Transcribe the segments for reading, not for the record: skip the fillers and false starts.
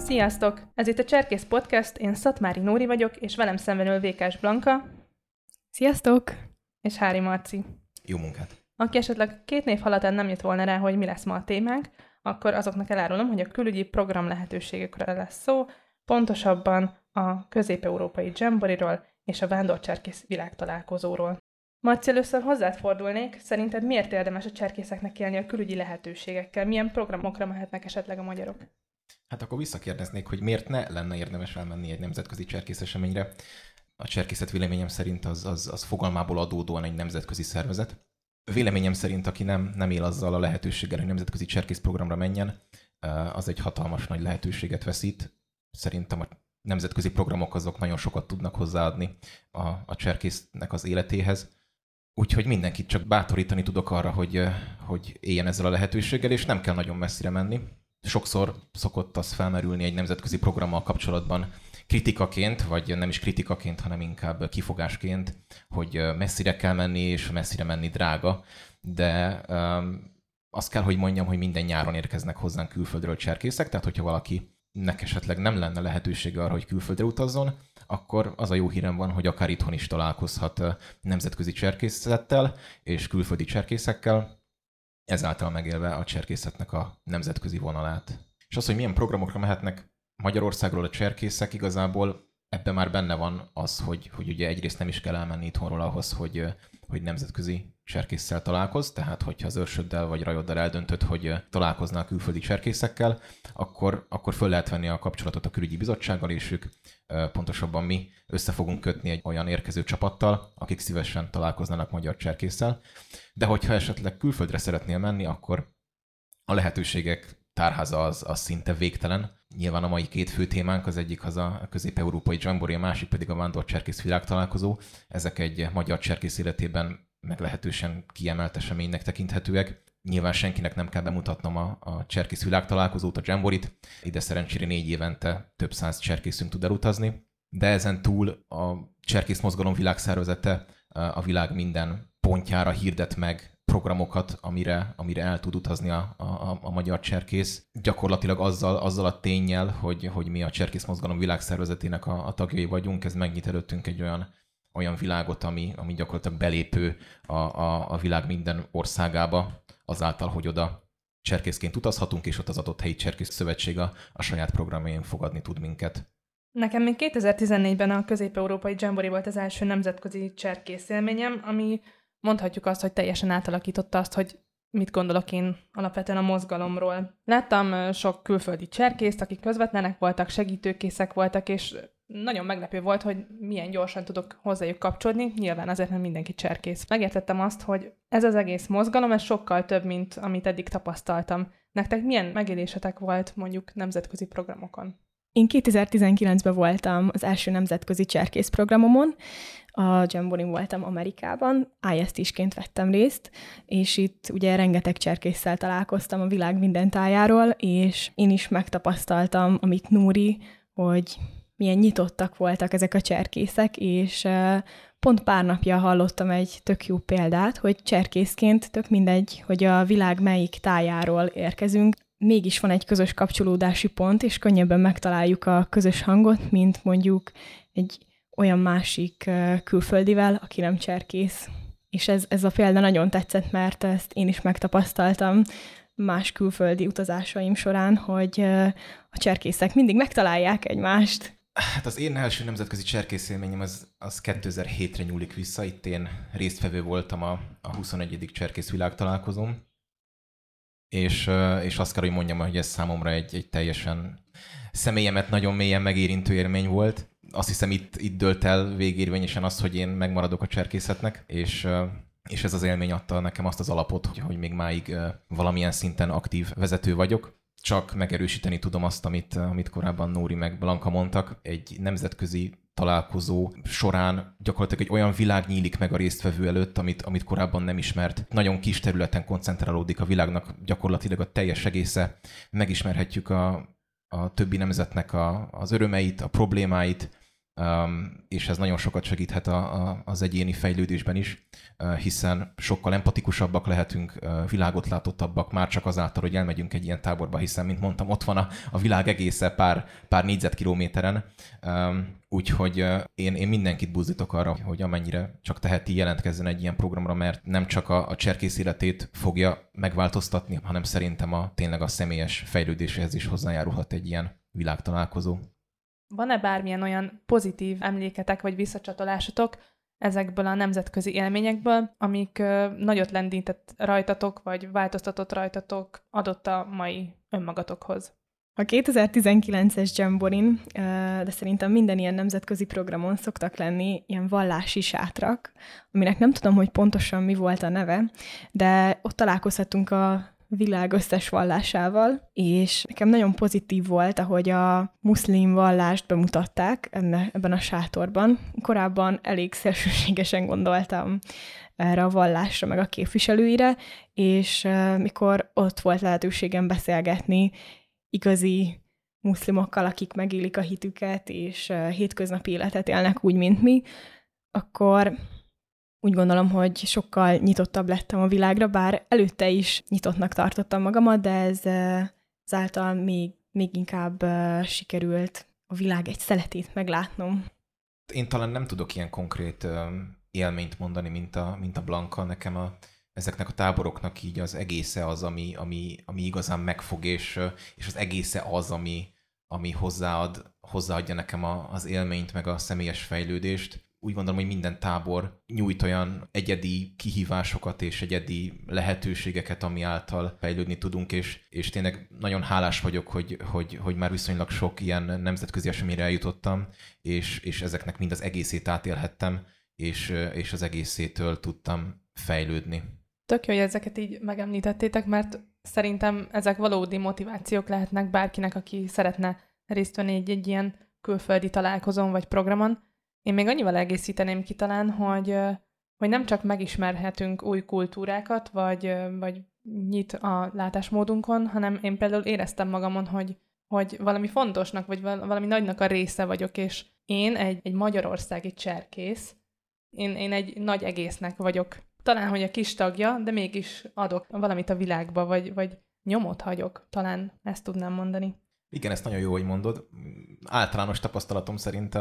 Sziasztok! Ez itt a Cserkész Podcast, én Szatmári Nóri vagyok, és velem szemben ül Vékás Blanka. Sziasztok! És Hári Marci. Jó munkát! Aki esetleg 2 név halatán nem jött volna rá, hogy mi lesz ma a témánk, akkor azoknak elárulom, hogy a külügyi program lehetőségekről lesz szó, pontosabban a közép-európai Jamboreeról és a vándorcserkész világtalálkozóról. Marci, először hozzád fordulnék. Szerinted miért érdemes a cserkészeknek élni a külügyi lehetőségekkel? Milyen programokra mehetnek esetleg a magyarok? Hát akkor visszakérdeznék, hogy miért ne lenne érdemes elmenni egy nemzetközi cserkészeseményre. A cserkészet véleményem szerint az fogalmából adódóan egy nemzetközi szervezet. Véleményem szerint, aki nem él azzal a lehetőséggel, hogy nemzetközi cserkészprogramra menjen, az egy hatalmas nagy lehetőséget veszít. Szerintem a nemzetközi programok azok nagyon sokat tudnak hozzáadni a cserkésznek az életéhez. Úgyhogy mindenkit csak bátorítani tudok arra, hogy éljen ezzel a lehetőséggel, és nem kell nagyon messzire menni. Sokszor szokott az felmerülni egy nemzetközi programmal kapcsolatban kritikaként, vagy nem is kritikaként, hanem inkább kifogásként, hogy messzire kell menni, és messzire menni drága. De azt kell, hogy mondjam, hogy minden nyáron érkeznek hozzánk külföldről cserkészek, tehát hogyha valakinek esetleg nem lenne lehetősége arra, hogy külföldre utazzon, akkor az a jó hírem van, hogy akár itthon is találkozhat nemzetközi cserkészettel és külföldi cserkészekkel, ezáltal megélve a cserkészetnek a nemzetközi vonalát. És az, hogy milyen programokra mehetnek Magyarországról a cserkészek, igazából ebben már benne van az, hogy ugye egyrészt nem is kell elmenni itthonról ahhoz, hogy nemzetközi cserkésszel találkozz, tehát hogyha az őrsöddel vagy rajoddal eldöntöd, hogy találkoznál külföldi cserkészekkel, akkor föl lehet venni a kapcsolatot a külügyi bizottsággal, és ők pontosabban mi össze fogunk kötni egy olyan érkező csapattal, akik szívesen találkoznának magyar cserkésszel. De hogyha esetleg külföldre szeretnél menni, akkor a lehetőségek tárháza az szinte végtelen. Nyilván a mai 2 fő témánk, az egyik az a közép-európai Jamboree, a másik pedig a vándorcserkész világtalálkozó. Ezek egy magyar cserkész életében meglehetősen kiemelt eseménynek tekinthetőek. Nyilván senkinek nem kell bemutatnom a cserkész világtalálkozót, a Jamboree-t. Ide szerencsére 4 évente több száz cserkészünk tud elutazni. De ezen túl a cserkész mozgalom világszervezete a világ minden pontjára hirdet meg programokat, amire el tud utazni a magyar cserkész. Gyakorlatilag azzal a ténnyel, hogy mi a cserkész mozgalom világszervezetének a tagjai vagyunk, ez megnyit előttünk egy olyan világot, ami gyakorlatilag belépő a világ minden országába, azáltal, hogy oda cserkészként utazhatunk, és ott az adott helyi cserkész szövetség a saját programjain fogadni tud minket. Nekem még 2014-ben a közép-európai Jamboree volt az első nemzetközi cserkész élményem, ami mondhatjuk azt, hogy teljesen átalakította azt, hogy mit gondolok én alapvetően a mozgalomról. Láttam sok külföldi cserkészt, akik közvetlenek voltak, segítőkészek voltak, és nagyon meglepő volt, hogy milyen gyorsan tudok hozzájuk kapcsolódni, nyilván azért nem mindenki cserkész. Megértettem azt, hogy ez az egész mozgalom, ez sokkal több, mint amit eddig tapasztaltam. Nektek milyen megélésetek volt mondjuk nemzetközi programokon? Én 2019-ben voltam az első nemzetközi cserkész programomon, a Jamboree-n voltam Amerikában, IST-sként vettem részt, és itt ugye rengeteg cserkésszel találkoztam a világ minden tájáról, és én is megtapasztaltam, amit Nóri, hogy milyen nyitottak voltak ezek a cserkészek, és pont pár napja hallottam egy tök jó példát, hogy cserkészként tök mindegy, hogy a világ melyik tájáról érkezünk, mégis van egy közös kapcsolódási pont, és könnyebben megtaláljuk a közös hangot, mint mondjuk egy olyan másik külföldivel, aki nem cserkész. És ez a példa nagyon tetszett, mert ezt én is megtapasztaltam más külföldi utazásaim során, hogy a cserkészek mindig megtalálják egymást. Hát az én első nemzetközi cserkész élményem az 2007-re nyúlik vissza. Itt én résztvevő voltam a 21. cserkész világtalálkozón. És azt kell, hogy mondjam, hogy ez számomra egy teljesen személyemet nagyon mélyen megérintő élmény volt. Azt hiszem itt dőlt el végérvényesen az, hogy én megmaradok a cserkészetnek, és ez az élmény adta nekem azt az alapot, hogy még máig valamilyen szinten aktív vezető vagyok. Csak megerősíteni tudom azt, amit korábban Nóri meg Blanka mondtak. Egy nemzetközi találkozó során gyakorlatilag egy olyan világ nyílik meg a résztvevő előtt, amit korábban nem ismert. Nagyon kis területen koncentrálódik a világnak gyakorlatilag a teljes egésze. Megismerhetjük a többi nemzetnek az örömeit, a problémáit, és ez nagyon sokat segíthet az egyéni fejlődésben is, hiszen sokkal empatikusabbak lehetünk, világot látottabbak, már csak azáltal, hogy elmegyünk egy ilyen táborba, hiszen, mint mondtam, ott van a világ egésze pár négyzetkilométeren. Úgyhogy én mindenkit buzdítok arra, hogy amennyire csak teheti, jelentkezzen egy ilyen programra, mert nem csak a cserkész életét fogja megváltoztatni, hanem szerintem tényleg a személyes fejlődéséhez is hozzájárulhat egy ilyen világtalálkozó. Van-e bármilyen olyan pozitív emléketek vagy visszacsatolásotok ezekből a nemzetközi élményekből, amik nagyot lendített rajtatok, vagy változtatott rajtatok adott a mai önmagatokhoz? A 2019-es Jamborin, de szerintem minden ilyen nemzetközi programon szoktak lenni ilyen vallási sátrak, aminek nem tudom, hogy pontosan mi volt a neve, de ott találkozhatunk a világ összes vallásával, és nekem nagyon pozitív volt, ahogy a muszlim vallást bemutatták ebben a sátorban. Korábban elég szélsőségesen gondoltam erre a vallásra, meg a képviselőire, és mikor ott volt lehetőségem beszélgetni igazi muszlimokkal, akik megélik a hitüket, és hétköznapi életet élnek úgy, mint mi, akkor úgy gondolom, hogy sokkal nyitottabb lettem a világra, bár előtte is nyitottnak tartottam magamat, de ezáltal még inkább sikerült a világ egy szeletét meglátnom. Én talán nem tudok ilyen konkrét élményt mondani, mint a Blanka. Nekem ezeknek a táboroknak így az egésze az, ami igazán megfog, és az egésze az, ami hozzáadja nekem az élményt, meg a személyes fejlődést. Úgy gondolom, hogy minden tábor nyújt olyan egyedi kihívásokat és egyedi lehetőségeket, ami által fejlődni tudunk, és tényleg nagyon hálás vagyok, hogy már viszonylag sok ilyen nemzetközi eseményre eljutottam, és ezeknek mind az egészét átélhettem, és az egészétől tudtam fejlődni. Tök jó, hogy ezeket így megemlítettétek, mert szerintem ezek valódi motivációk lehetnek bárkinek, aki szeretne részt venni egy ilyen külföldi találkozón vagy programon. Én még annyival egészíteném ki talán, hogy nem csak megismerhetünk új kultúrákat, vagy nyit a látásmódunkon, hanem én például éreztem magamon, hogy valami fontosnak, vagy valami nagynak a része vagyok, és én egy magyarországi cserkész, én egy nagy egésznek vagyok. Talán, hogy a kis tagja, de mégis adok valamit a világba, vagy nyomot hagyok. Talán ezt tudnám mondani. Igen, ezt nagyon jó, hogy mondod. Általános tapasztalatom szerint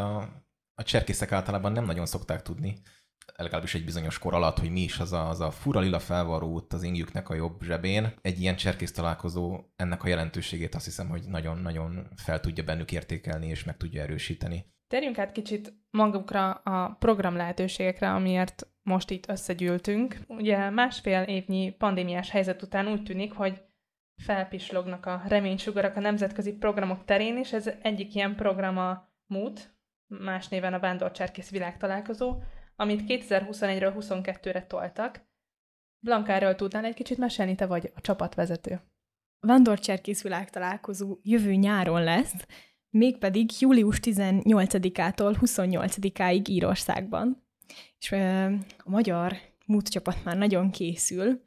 a cserkészek általában nem nagyon szokták tudni, legalábbis egy bizonyos kor alatt, hogy mi is az a fura lila felvarró út az ingjüknek a jobb zsebén. Egy ilyen cserkész találkozó ennek a jelentőségét azt hiszem, hogy nagyon-nagyon fel tudja bennük értékelni és meg tudja erősíteni. Térjünk át kicsit magukra a program lehetőségekre, amiért most itt összegyűltünk. Ugye 1,5 évnyi pandémiás helyzet után úgy tűnik, hogy felpislognak a reménysugarak a nemzetközi programok terén, és ez egyik ilyen program a MOOT, más néven a Vándorcserkész világtalálkozó, amit 2021-ről 22-re toltak. Blanka, erről tudnál egy kicsit mesélni, te vagy a csapatvezető? A Vándorcserkész világtalálkozó jövő nyáron lesz, mégpedig július 18-ától 28-áig Írországban. És a magyar MOOT csapat már nagyon készül,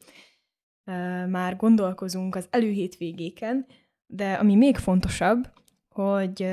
már gondolkozunk az előhétvégéken, de ami még fontosabb, hogy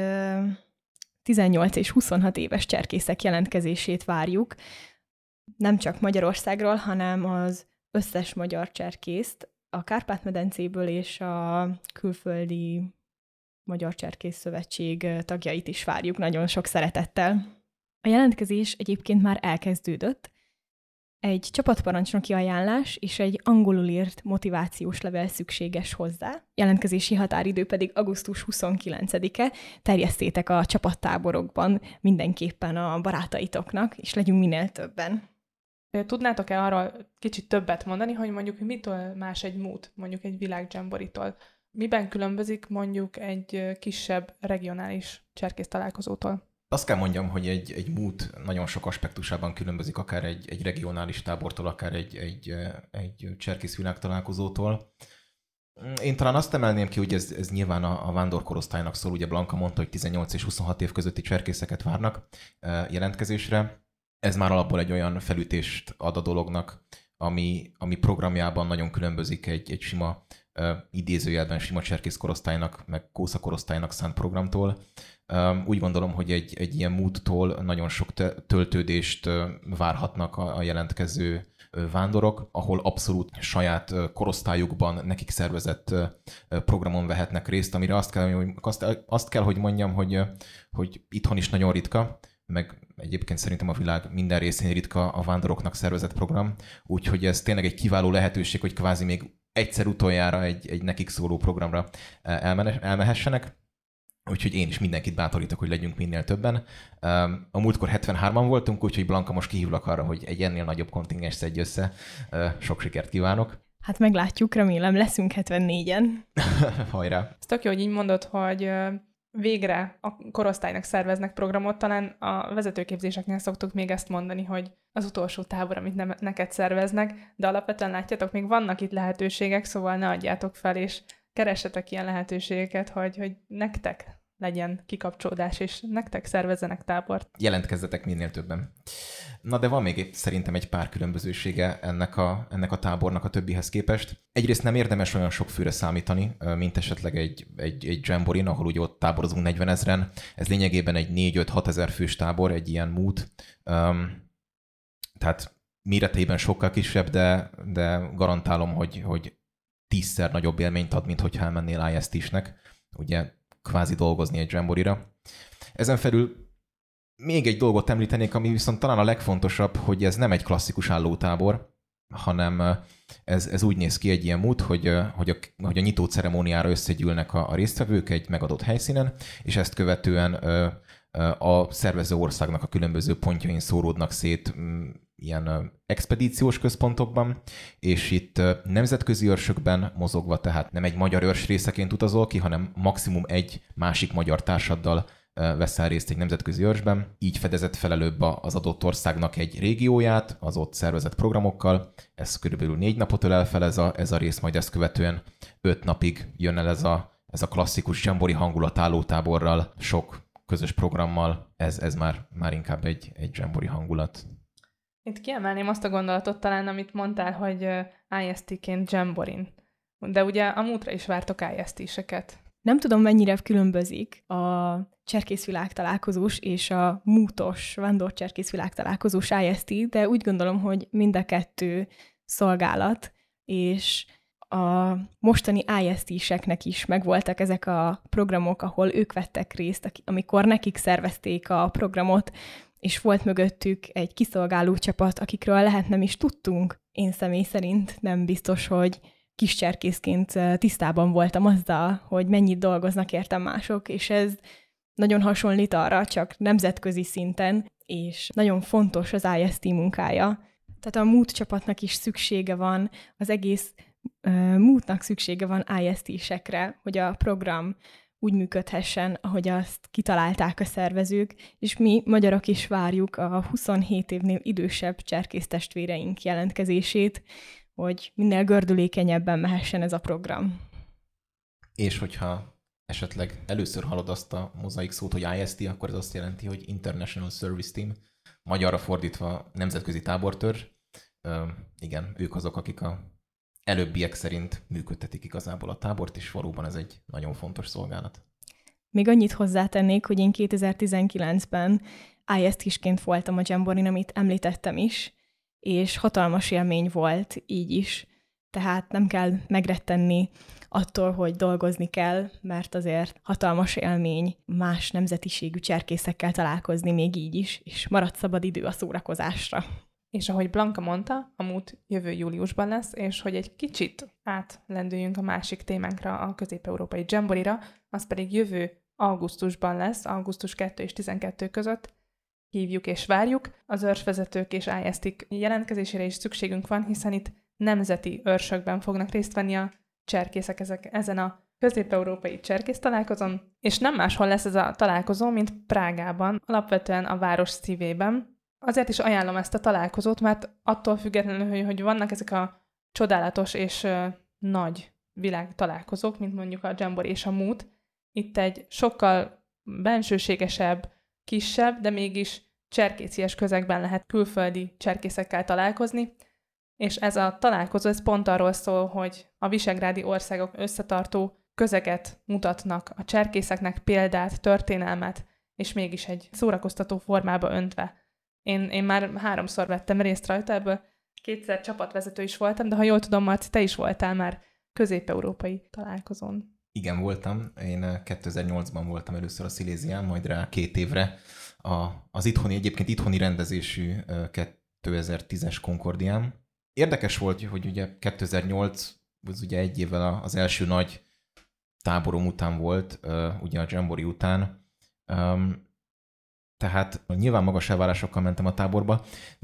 18 és 26 éves cserkészek jelentkezését várjuk, nem csak Magyarországról, hanem az összes magyar cserkészt, a Kárpát-medencéből és a külföldi Magyar Cserkész Szövetség tagjait is várjuk nagyon sok szeretettel. A jelentkezés egyébként már elkezdődött. Egy csapatparancsnoki ajánlás és egy angolul írt motivációs levél szükséges hozzá. Jelentkezési határidő pedig augusztus 29-e. Terjesszétek a csapattáborokban mindenképpen a barátaitoknak, és legyünk minél többen. Tudnátok-e arról kicsit többet mondani, hogy mondjuk mitől más egy MOOT, mondjuk egy világjamboritól? Miben különbözik mondjuk egy kisebb regionális cserkész találkozótól? Azt kell mondjam, hogy egy MOOT nagyon sok aspektusában különbözik, akár egy regionális tábortól, akár egy cserkész világtalálkozótól. Én talán azt emelném ki, hogy ez nyilván a vándorkorosztálynak szól, ugye Blanka mondta, hogy 18 és 26 év közötti cserkészeket várnak jelentkezésre. Ez már alapból egy olyan felütést ad a dolognak, ami programjában nagyon különbözik egy sima idézőjelben sima cserkész korosztálynak, meg kósza korosztálynak szánt programtól. Úgy gondolom, hogy egy ilyen múttól nagyon sok töltődést várhatnak a jelentkező vándorok, ahol abszolút saját korosztályukban nekik szervezett programon vehetnek részt, amire azt kell, hogy mondjam, hogy itthon is nagyon ritka, meg egyébként szerintem a világ minden részén ritka a vándoroknak szervezett program, úgyhogy ez tényleg egy kiváló lehetőség, hogy kvázi még egyszer utoljára egy nekik szóló programra elmehessenek. Úgyhogy én is mindenkit bátorítok, hogy legyünk minél többen. A múltkor 73-an voltunk, úgyhogy Blanka, most kihívlak arra, hogy egy ennél nagyobb kontingens szedj össze. Sok sikert kívánok! Hát meglátjuk, remélem leszünk 74-en. Hajrá! Ez tök jó, hogy így mondod, hogy végre a korosztálynak szerveznek programot. Talán a vezetőképzéseknél szoktuk még ezt mondani, hogy az utolsó tábor, amit neked szerveznek, de alapvetően látjátok, még vannak itt lehetőségek, szóval ne adjátok fel, és keressetek ilyen lehetőségeket, hogy nektek legyen kikapcsolódás, és nektek szervezzenek tábort. Jelentkezzetek minél többen. Na, de van még szerintem egy pár különbözősége ennek a tábornak a többihez képest. Egyrészt nem érdemes olyan sok főre számítani, mint esetleg egy jamborin, ahol ugye ott táborozunk 40 000-en. Ez lényegében egy 4-5-6 ezer fős tábor, egy ilyen mood. Tehát méretében sokkal kisebb, de garantálom, hogy 10-szer nagyobb élményt ad, mint hogyha elmennél IST-snek, ugye kvázi dolgozni egy jamborira. Ezen felül még egy dolgot említenék, ami viszont talán a legfontosabb, hogy ez nem egy klasszikus állótábor, hanem ez úgy néz ki egy ilyen mód, hogy a nyitó ceremóniára összegyűlnek a résztvevők egy megadott helyszínen, és ezt követően a szervező országnak a különböző pontjain szóródnak szét ilyen expedíciós központokban, és itt nemzetközi őrsökben mozogva, tehát nem egy magyar őrs részeként utazol ki, hanem maximum egy másik magyar társaddal veszel részt egy nemzetközi őrsben. Így fedezett fel előbb az adott országnak egy régióját, az ott szervezett programokkal. Ez körülbelül 4 napot ölel fel ez a rész, majd ezt követően 5 napig jön el ez a klasszikus jambori hangulat állótáborral, sok közös programmal. Ez már inkább egy jambori hangulat. Itt kiemelném azt a gondolatot talán, amit mondtál, hogy IST-ként jamborin. De ugye a múltra is vártok IST-seket. Nem tudom, mennyire különbözik a cserkészvilág találkozós és a mútos vándorcserkészvilág találkozós IST, de úgy gondolom, hogy mind a kettő szolgálat, és a mostani IST-seknek is megvoltak ezek a programok, ahol ők vettek részt, amikor nekik szervezték a programot, és volt mögöttük egy kiszolgáló csapat, akikről lehet nem is tudtunk. Én személy szerint nem biztos, hogy kis cserkészként tisztában voltam azzal, hogy mennyit dolgoznak értem mások, és ez nagyon hasonlít arra, csak nemzetközi szinten, és nagyon fontos az IST munkája. Tehát a MOOT csapatnak is szüksége van, az egész MOOT-nak szüksége van IST-sekre, hogy a program úgy működhessen, ahogy azt kitalálták a szervezők, és mi, magyarok is várjuk a 27 évnél idősebb cserkésztestvéreink jelentkezését, hogy minél gördülékenyebben mehessen ez a program. És hogyha esetleg először hallod azt a mozaik szót, hogy IST, akkor ez azt jelenti, hogy International Service Team, magyarra fordítva nemzetközi tábortörzs. Igen, ők azok, akik a előbbiek szerint működtetik igazából a tábort, és valóban ez egy nagyon fontos szolgálat. Még annyit hozzátennék, hogy én 2019-ben IST-sként voltam a Jamborin, amit említettem is, és hatalmas élmény volt így is. Tehát nem kell megrettenni attól, hogy dolgozni kell, mert azért hatalmas élmény más nemzetiségű cserkészekkel találkozni még így is, és maradt szabad idő a szórakozásra. És ahogy Blanka mondta, a MOOT jövő júliusban lesz, és hogy egy kicsit átlendüljünk a másik témánkra, a közép-európai jamborira, az pedig jövő augusztusban lesz, augusztus 2 és 12 között. Hívjuk és várjuk. Az őrsvezetők és IST-k jelentkezésére is szükségünk van, hiszen itt nemzeti őrsökben fognak részt venni a cserkészek ezen a közép-európai cserkész találkozón, és nem máshol lesz ez a találkozó, mint Prágában, alapvetően a város szívében. Azért is ajánlom ezt a találkozót, mert attól függetlenül, hogy vannak ezek a csodálatos és nagy világ találkozók, mint mondjuk a Jambori és a MOOT, itt egy sokkal bensőségesebb, kisebb, de mégis cserkészies közegben lehet külföldi cserkészekkel találkozni. És ez a találkozó, ez pont arról szól, hogy a visegrádi országok összetartó közeget mutatnak, a cserkészeknek példát, történelmet, és mégis egy szórakoztató formába öntve. Én már 3-szor vettem részt rajta, ebből 2-szer csapatvezető is voltam, de ha jól tudom, Marci, te is voltál már közép-európai találkozón. Igen, voltam. Én 2008-ban voltam először a Szilézián, majd rá 2 évre az egyébként itthoni rendezésű 2010-es Concordián. Érdekes volt, hogy ugye 2008, az ugye 1 évvel az első nagy táborom után volt, ugye a Jamboree után. Tehát nyilván magas elvárásokkal mentem a táborba,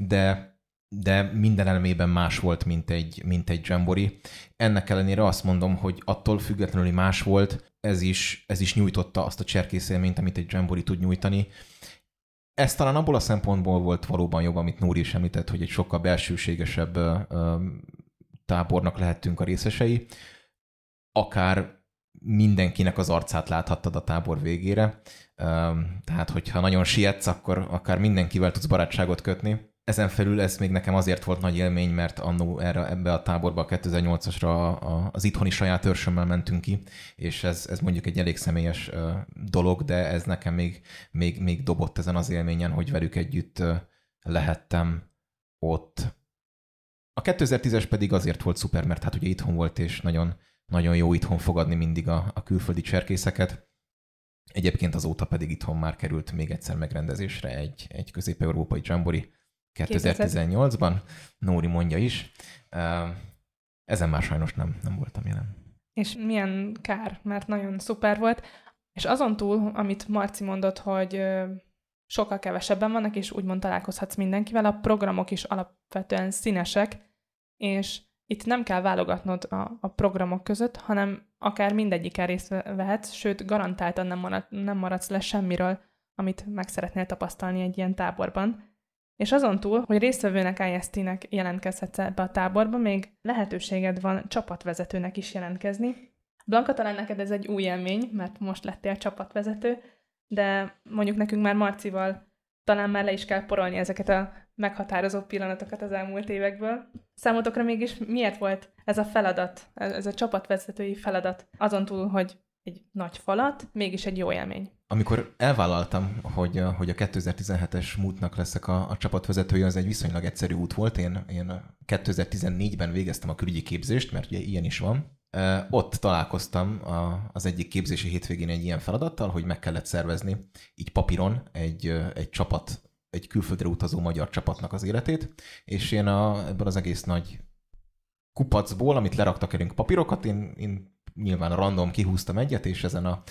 de minden elemében más volt, mint egy Jamboree. Ennek ellenére azt mondom, hogy attól függetlenül más volt, ez is nyújtotta azt a cserkészélményt, amit egy Jamboree tud nyújtani. Ez talán abból a szempontból volt valóban jobb, amit Nóri is említett, hogy egy sokkal belsőségesebb tábornak lehettünk a részesei. Akár mindenkinek az arcát láthattad a tábor végére. Tehát, hogyha nagyon sietsz, akkor akár mindenkivel tudsz barátságot kötni. Ezen felül ez még nekem azért volt nagy élmény, mert annó ebbe a táborba a 2008-asra az itthoni saját őrsömmel mentünk ki, és ez mondjuk egy elég személyes dolog, de ez nekem még dobott ezen az élményen, hogy velük együtt lehettem ott. A 2010-es pedig azért volt szuper, mert hát ugye itthon volt, és nagyon, nagyon jó itthon fogadni mindig a külföldi cserkészeket. Egyébként azóta pedig itthon már került még egyszer megrendezésre egy közép-európai Jamboree 2018-ban. Nóri mondja is. Ezen már sajnos nem voltam jelen. És milyen kár, mert nagyon szuper volt. És azon túl, amit Marci mondott, hogy sokkal kevesebben vannak, és úgymond találkozhatsz mindenkivel, a programok is alapvetően színesek, és itt nem kell válogatnod a programok között, hanem akár mindegyiken részt vehetsz, sőt, garantáltan nem maradsz le semmiről, amit meg szeretnél tapasztalni egy ilyen táborban. És azon túl, hogy résztvevőnek, IST-nek jelentkezhetsz ebbe a táborba, még lehetőséged van csapatvezetőnek is jelentkezni. Blanka, talán neked ez egy új élmény, mert most lettél csapatvezető, de mondjuk nekünk már Marcival talán már le is kell porolni ezeket a meghatározó pillanatokat az elmúlt évekből. Számotokra mégis miért volt ez a feladat, ez a csapatvezetői feladat, azon túl, hogy egy nagy falat, mégis egy jó élmény? Amikor elvállaltam, hogy a 2017-es múltnak leszek a csapatvezetője, az egy viszonylag egyszerű út volt. Én 2014-ben végeztem a külügyi képzést, mert ugye ilyen is van. Ott találkoztam az egyik képzési hétvégén egy ilyen feladattal, hogy meg kellett szervezni így papíron egy csapat, egy külföldre utazó magyar csapatnak az életét, és én ebből az egész nagy kupacból, amit leraktak elünk papírokat, én nyilván random kihúztam egyet, és ezen a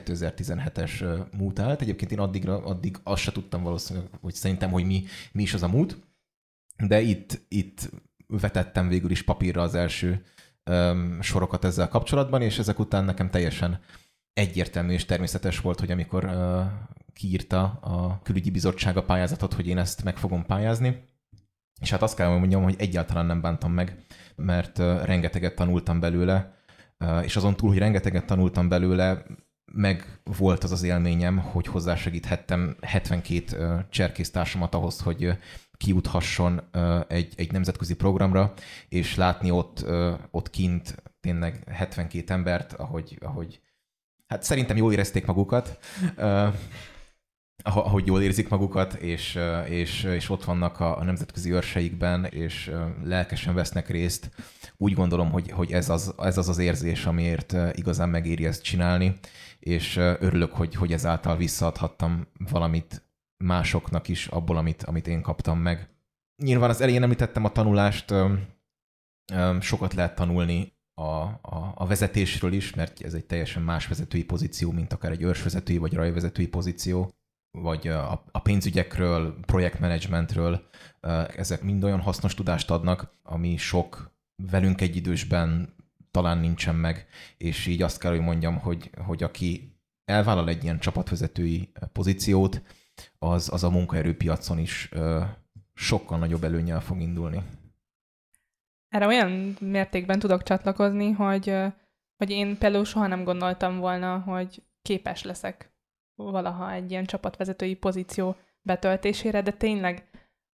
2017-es múlt állt. Egyébként én addig azt se tudtam valószínűleg, hogy szerintem, hogy mi is az a múlt, de itt vetettem végül is papírra az első sorokat ezzel kapcsolatban, és ezek után nekem teljesen egyértelmű és természetes volt, hogy amikor kiírta a külügyi bizottság a pályázatot, hogy én ezt meg fogom pályázni, és hát azt kell mondjam, hogy egyáltalán nem bántam meg, mert rengeteget tanultam belőle, és azon túl, hogy rengeteget tanultam belőle, meg volt az az élményem, hogy hozzásegíthettem 72 cserkésztársamat ahhoz, hogy kijuthasson egy nemzetközi programra, és látni ott kint tényleg 72 embert, ahogy hát szerintem jól érezték magukat, ahogy jól érzik magukat, és ott vannak a nemzetközi őrseikben, és lelkesen vesznek részt. Úgy gondolom, hogy ez az érzés, amiért igazán megéri ezt csinálni, és örülök, hogy ezáltal visszaadhattam valamit másoknak is abból, amit én kaptam meg. Nyilván az elején említettem a tanulást, sokat lehet tanulni a vezetésről is, mert ez egy teljesen más vezetői pozíció, mint akár egy őrsvezetői vagy rajvezetői pozíció, vagy a pénzügyekről, projektmenedzsmentről. Ezek mind olyan hasznos tudást adnak, ami sok velünk egyidősben talán nincsen meg, és így azt kell, hogy mondjam, hogy aki elvállal egy ilyen csapatvezetői pozíciót, az a munkaerőpiacon is sokkal nagyobb előnnyel fog indulni. Erre olyan mértékben tudok csatlakozni, hogy én például soha nem gondoltam volna, hogy képes leszek valaha egy ilyen csapatvezetői pozíció betöltésére, de tényleg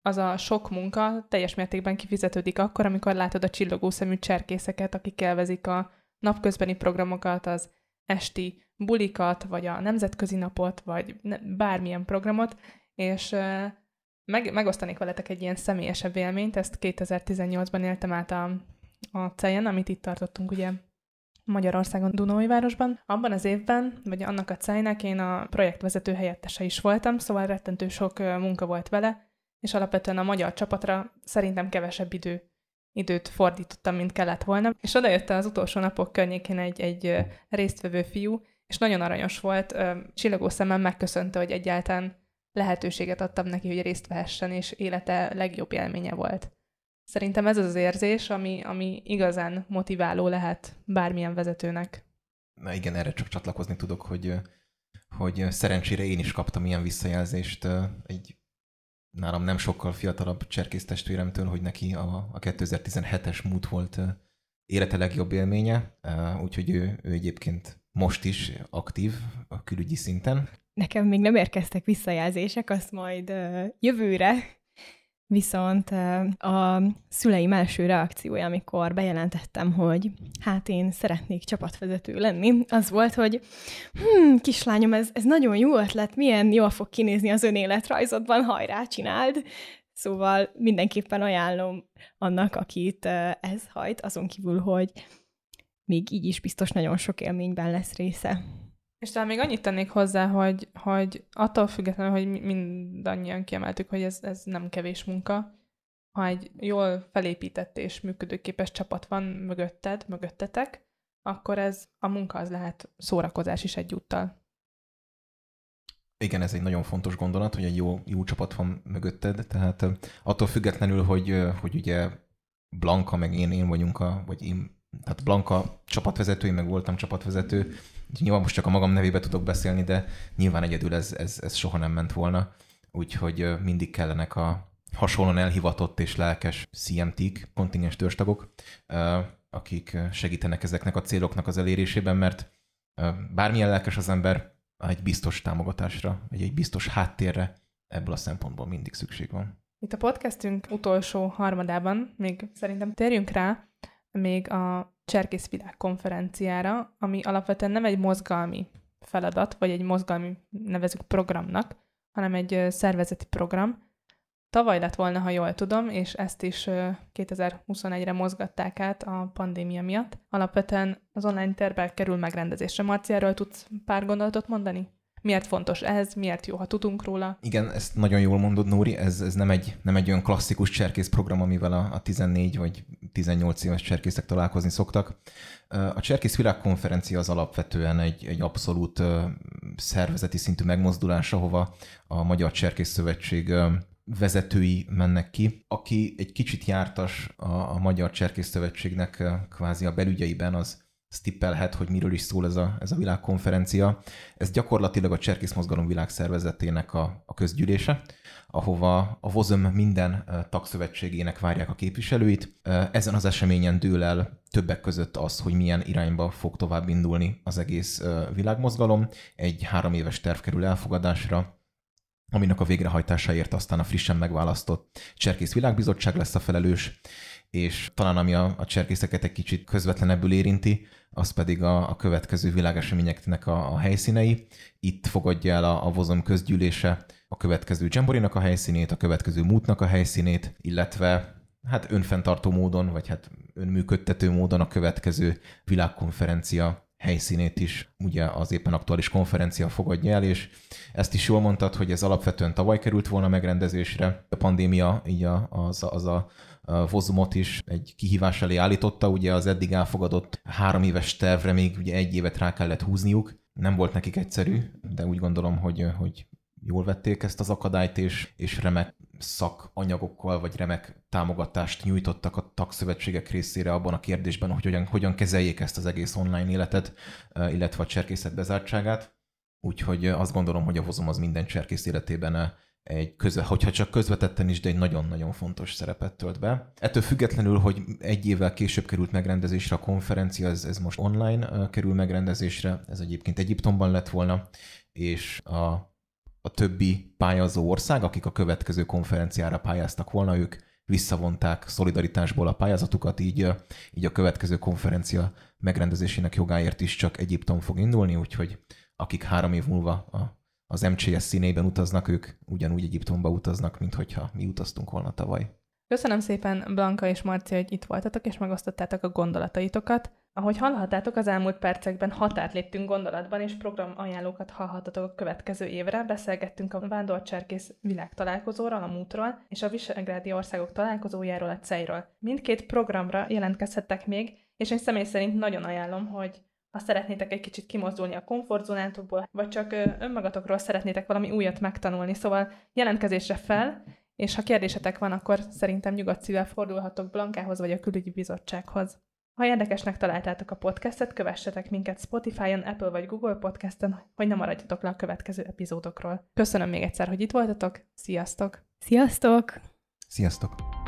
az a sok munka teljes mértékben kifizetődik akkor, amikor látod a csillogó szemű cserkészeket, akik élvezik a napközbeni programokat, az esti bulikat, vagy a nemzetközi napot, vagy bármilyen programot, és megosztanék veletek egy ilyen személyesebb élményt, ezt 2018-ban éltem át a CEJ-en, amit itt tartottunk ugye Magyarországon, Dunaújvárosban. Abban az évben, vagy annak a CEJ-nek én a projektvezető helyettese is voltam, szóval rettentő sok munka volt vele, és alapvetően a magyar csapatra szerintem kevesebb időt fordítottam, mint kellett volna. És odajött az utolsó napok környékén egy résztvevő fiú, és nagyon aranyos volt, csillogó szemmel megköszönte, hogy egyáltalán lehetőséget adtam neki, hogy részt vehessen, és élete legjobb élménye volt. Szerintem ez az érzés, ami igazán motiváló lehet bármilyen vezetőnek. Na igen, erre csak csatlakozni tudok, hogy szerencsére én is kaptam ilyen visszajelzést egy nálam nem sokkal fiatalabb cserkésztestvéremtől, hogy neki a 2017-es múlt volt élete legjobb élménye, úgyhogy ő egyébként most is aktív a külügyi szinten. Nekem még nem érkeztek visszajelzések, azt majd jövőre, viszont a szüleim első reakciója, amikor bejelentettem, hogy hát én szeretnék csapatvezető lenni, az volt, hogy kislányom, ez nagyon jó ötlet, milyen jól fog kinézni az önéletrajzodban, hajrá, csináld! Szóval mindenképpen ajánlom annak, akit ez hajt, azon kívül, hogy még így is biztos nagyon sok élményben lesz része. És talán még annyit tennék hozzá, hogy attól függetlenül, hogy mindannyian kiemeltük, hogy ez nem kevés munka, ha egy jól felépített és működőképes csapat van mögöttetek, akkor a munka az lehet szórakozás is egyúttal. Igen, ez egy nagyon fontos gondolat, hogy egy jó csapat van mögötted, tehát attól függetlenül, hogy ugye Blanka meg én vagyunk, tehát Blanka csapatvezető, én meg voltam csapatvezető, nyilván most csak a magam nevébe tudok beszélni, de nyilván egyedül ez soha nem ment volna, úgyhogy mindig kellenek a hasonlóan elhivatott és lelkes CMT-k, kontingens törzstagok, akik segítenek ezeknek a céloknak az elérésében, mert bármilyen lelkes az ember, egy biztos támogatásra, vagy egy biztos háttérre ebből a szempontból mindig szükség van. Itt a podcastünk utolsó harmadában még szerintem térjünk rá még a Cserkész Világkonferenciára, ami alapvetően nem egy mozgalmi feladat, vagy egy mozgalmi nevezük programnak, hanem egy szervezeti program. Tavaly lett volna, ha jól tudom, és ezt is 2021-re mozgatták át a pandémia miatt. Alapvetően az online térben kerül megrendezésre. Marci, erről tudsz pár gondolatot mondani? Miért fontos ez? Miért jó, ha tudunk róla? Igen, ezt nagyon jól mondod, Nóri, ez nem egy olyan klasszikus cserkész program, amivel a 14 vagy 18 éves cserkészek találkozni szoktak. A Cserkész Világkonferencia az alapvetően egy abszolút szervezeti szintű megmozdulás, ahova a Magyar Cserkész Szövetség vezetői mennek ki. Aki egy kicsit jártas a Magyar Cserkész Szövetségnek kvázi a belügyeiben, az tippelhet, hogy miről is szól ez a világkonferencia. Ez gyakorlatilag a Cserkész Mozgalom Világszervezetének a közgyűlése, ahova a VOZÖM minden tagszövetségének várják a képviselőit. Ezen az eseményen dől el többek között az, hogy milyen irányba fog tovább indulni az egész világmozgalom. Egy 3 éves terv kerül elfogadásra, aminek a végrehajtásáért aztán a frissen megválasztott Cserkész Világbizottság lesz a felelős, és talán ami a cserkészeket egy kicsit közvetlenebbül érinti, az pedig a következő világeseményeknek a helyszínei. Itt fogadja el a VOZÖM közgyűlése a következő Jamboree-nak a helyszínét, a következő Moot-nak a helyszínét, illetve hát önfenntartó módon, vagy hát önműködtető módon a következő világkonferencia helyszínét is ugye az éppen aktuális konferencia fogadja el, és ezt is jól mondtad, hogy ez alapvetően tavaly került volna megrendezésre. A pandémia így az a VOZUM-ot is egy kihívás elé állította, ugye az eddig elfogadott 3 éves tervre még ugye 1 évet rá kellett húzniuk. Nem volt nekik egyszerű, de úgy gondolom, hogy jól vették ezt az akadályt, és remek szakanyagokkal, vagy remek támogatást nyújtottak a tagszövetségek részére abban a kérdésben, hogy hogyan kezeljék ezt az egész online életet, illetve a cserkészet bezártságát. Úgyhogy azt gondolom, hogy a VOZUM az minden cserkész életében hogyha csak közvetetten is, de egy nagyon-nagyon fontos szerepet tölt be. Ettől függetlenül, hogy 1 évvel később került megrendezésre a konferencia, ez most online kerül megrendezésre, ez egyébként Egyiptomban lett volna, és a a többi pályázó ország, akik a következő konferenciára pályáztak volna, ők visszavonták szolidaritásból a pályázatukat, így a következő konferencia megrendezésének jogáért is csak Egyiptom fog indulni, úgyhogy akik 3 év múlva az MCS színében utaznak, ők ugyanúgy Egyiptomba utaznak, mint hogyha mi utaztunk volna tavaly. Köszönöm szépen, Blanka és Marci, hogy itt voltatok és megosztottátok a gondolataitokat. Ahogy hallhattátok, az elmúlt percekben határt léptünk gondolatban, és programajánlókat hallhatatok a következő évre. Beszélgettünk a vándorcserkész világtalálkozóról, a MUT-ról, és a visegrádi országok találkozójáról, a CEI-ről. Mindkét programra jelentkezhettek még, és én személy szerint nagyon ajánlom, hogy ha szeretnétek egy kicsit kimozdulni a komfortzónátokból, vagy csak önmagatokról szeretnétek valami újat megtanulni, szóval jelentkezésre fel, és ha kérdésetek van, akkor szerintem nyugodt szívvel fordulhatok Blankához vagy a Külügyi Bizottsághoz. Ha érdekesnek találtátok a podcastet, kövessetek minket Spotify-on, Apple vagy Google Podcasten, hogy ne maradjatok le a következő epizódokról. Köszönöm még egyszer, hogy itt voltatok. Sziasztok! Sziasztok! Sziasztok!